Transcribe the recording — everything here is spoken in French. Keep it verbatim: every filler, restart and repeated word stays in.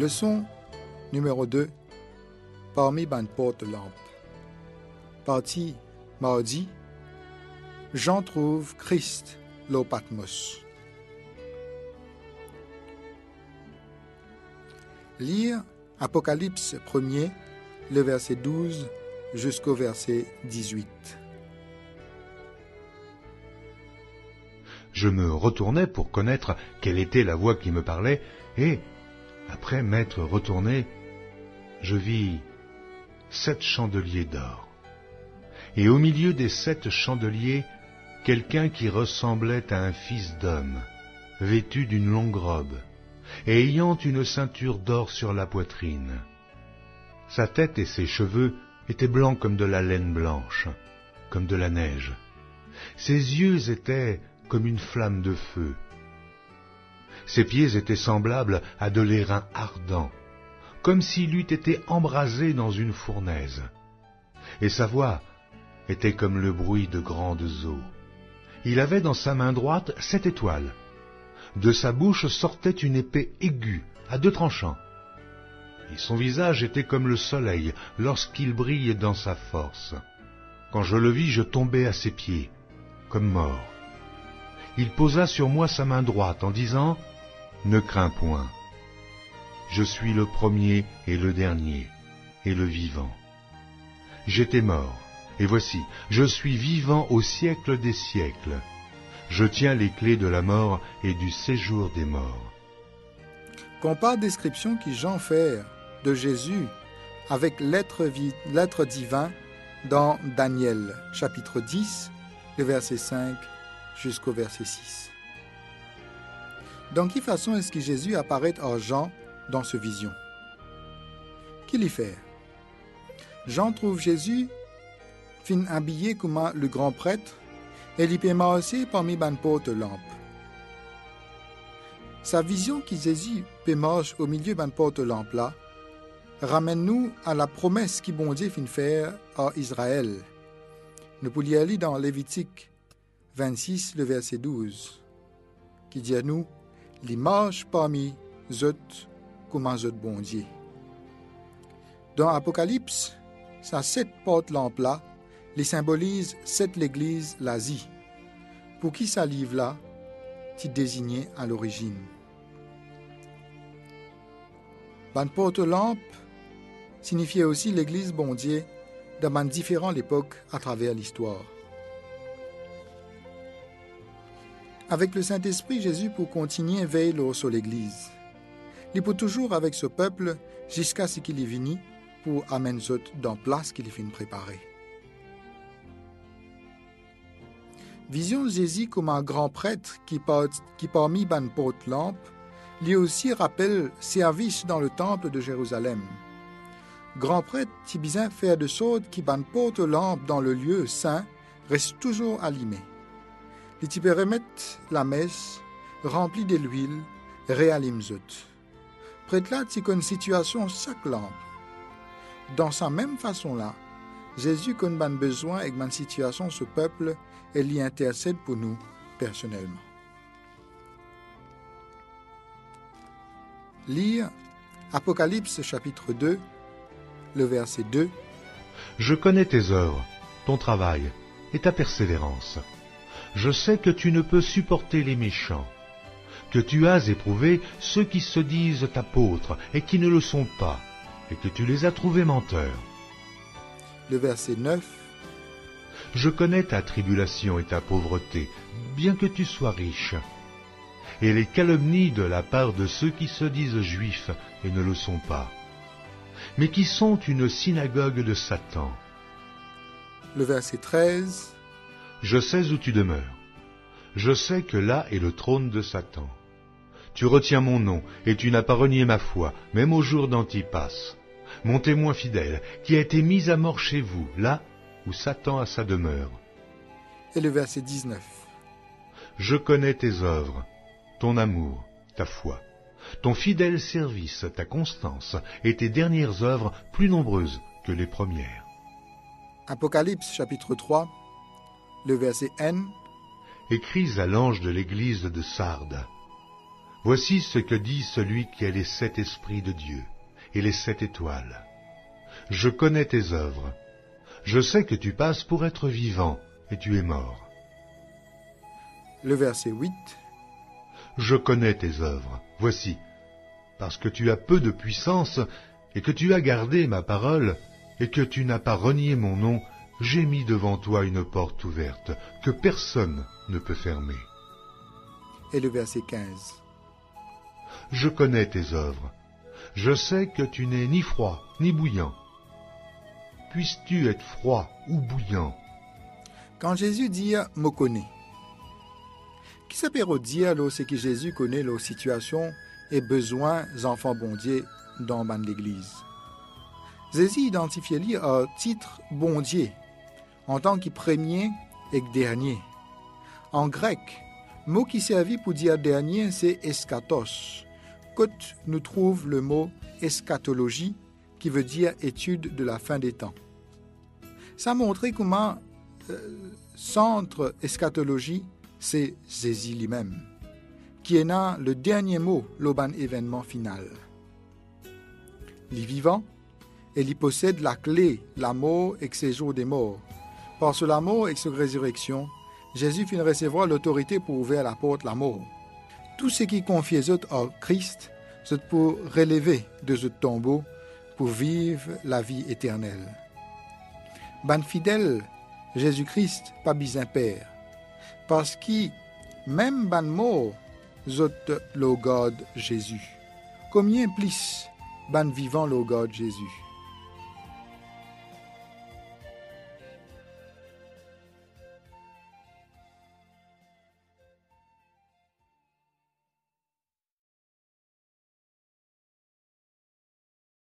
Leçon numéro deux. Parmi ban porte-lampe. Partie mardi. Jean trouve Christ, l'eau Patmos. Lire Apocalypse premier, le verset douze jusqu'au verset dix-huit. Je me retournai pour connaître quelle était la voix qui me parlait, et, après m'être retourné, je vis sept chandeliers d'or. Et au milieu des sept chandeliers, quelqu'un qui ressemblait à un fils d'homme, vêtu d'une longue robe, et ayant une ceinture d'or sur la poitrine. Sa tête et ses cheveux étaient blancs comme de la laine blanche, comme de la neige. Ses yeux étaient comme une flamme de feu. Ses pieds étaient semblables à de l'airain ardent, comme s'il eût été embrasé dans une fournaise. Et sa voix était comme le bruit de grandes eaux. Il avait dans sa main droite sept étoiles. De sa bouche sortait une épée aiguë, à deux tranchants. Et son visage était comme le soleil lorsqu'il brille dans sa force. Quand je le vis, je tombai à ses pieds, comme mort. Il posa sur moi sa main droite en disant « Ne crains point. Je suis le premier et le dernier, et le vivant. J'étais mort, et voici, je suis vivant au siècle des siècles. Je tiens les clés de la mort et du séjour des morts. » Compare description qui Jean fait de Jésus avec l'être, vi- l'être divin dans Daniel, chapitre dix, le verset cinq jusqu'au verset six. Dans quelle façon est-ce que Jésus apparaît à Jean dans ce vision? Qu'il y fait? Jean trouve Jésus fin habillé comme le grand prêtre et il peut marcher parmi ban porte-lampe. Sa vision qui Jésus peut marcher au milieu ban porte-lampe là ramène-nous à la promesse qui bon Dieu fin faire à Israël. Nous pourrions lire dans Lévitique vingt-six, le verset douze, qui dit à nous, « Il marche parmi eux comme un eux bon Dieu. » Dans Apocalypse, sa sept porte-lampe là, les symbolise sept l'église l'Asie, pour qui ça livre là, qui désignait à l'origine. Ban porte-lampe signifiait aussi l'église bon Dieu dans différentes époques à travers l'histoire. Avec le Saint-Esprit, Jésus pour continuer veille sur l'Église. Il peut toujours avec ce peuple jusqu'à ce qu'il est venu pour amener eux dans place qu'il finit préparer. Vision de Jésus comme un grand prêtre qui, part, qui parmi ban porte-lampe, lui aussi rappelle service dans le temple de Jérusalem. Grand prêtre qui besoin faire de sorte qui ban porte-lampe dans le lieu saint reste toujours allumé. Il peut remettre la messe, remplie de l'huile, réallume zut. Prêtre là, tu connais une situation chaque lampe. Dans sa même façon là, Jésus connaît ban besoin et ban situation ce peuple et l'y intercède pour nous personnellement. Lire Apocalypse chapitre deux, le verset deux. Je connais tes œuvres, ton travail et ta persévérance. Je sais que tu ne peux supporter les méchants, que tu as éprouvé ceux qui se disent apôtres et qui ne le sont pas, et que tu les as trouvés menteurs. Le verset neuf. Je connais ta tribulation et ta pauvreté, bien que tu sois riche, et les calomnies de la part de ceux qui se disent juifs et ne le sont pas, mais qui sont une synagogue de Satan. Le verset treize. Je sais où tu demeures. Je sais que là est le trône de Satan. Tu retiens mon nom, et tu n'as pas renié ma foi, même au jour d'Antipas, mon témoin fidèle, qui a été mis à mort chez vous, là où Satan a sa demeure. Et le verset dix-neuf. Je connais tes œuvres, ton amour, ta foi, ton fidèle service, ta constance, et tes dernières œuvres plus nombreuses que les premières. Apocalypse chapitre trois, le verset N. Écris à l'ange de l'église de Sardes. Voici ce que dit celui qui a les sept esprits de Dieu et les sept étoiles. Je connais tes œuvres. Je sais que tu passes pour être vivant, et tu es mort. Le verset huit. Je connais tes œuvres. Voici, parce que tu as peu de puissance, et que tu as gardé ma parole, et que tu n'as pas renié mon nom, j'ai mis devant toi une porte ouverte, que personne ne peut fermer. Et le verset quinze. Je connais tes œuvres. Je sais que tu n'es ni froid, ni bouillant. Puisses-tu être froid ou bouillant? Quand Jésus dit « me connaît », qui ça peut dire c'est que Jésus connaît les situations et besoins des enfants bon Dieu dans l'Église. Jésus identifie lui un titre bon Dieu en tant que premier et dernier. En grec, mot qui servit pour dire dernier, c'est eschatos. Quand nous trouvons le mot eschatologie, qui veut dire étude de la fin des temps. Ça montre comment euh, centre eschatologie, c'est Jésus lui-même, qui est là le dernier mot, l'auban événement final. Il est vivant et il possède la clé, la mort et ses jours des morts. Par ce la mort et sa résurrection, Jésus finit recevoir l'autorité pour ouvrir la porte la mort. Tout ce qui confie à Christ, c'est pour relever de ce tombeau, pour vivre la vie éternelle. Ban fidèle, Jésus-Christ, pas besoin père, parce que même ban mort, zot le God Jésus. Combien plus ban vivant le God Jésus.